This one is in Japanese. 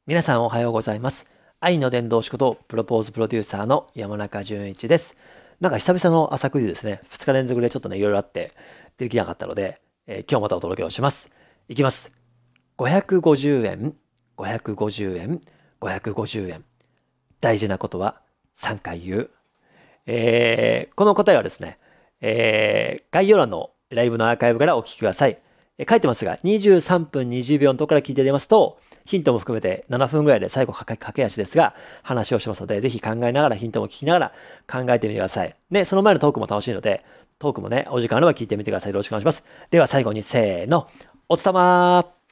皆さんおはようございます。愛の伝道師ことプロポーズプロデューサーの山中淳一です。なんか久々の朝9時ですね。2日連続でちょっとね、いろいろあってできなかったので、今日またお届けをします。いきます。550円、550円、550円。大事なことは3回言う。この答えはですね、概要欄のライブのアーカイブからお聞きください。書いてますが、23分20秒のところから聞いて出ますと、ヒントも含めて7分ぐらいで最後駆け足ですが、話をしますので、ぜひ考えながらヒントも聞きながら考えてみてください。で、その前のトークも楽しいので、トークもね、お時間あれば聞いてみてください。よろしくお願いします。では最後にせーの、おつたまー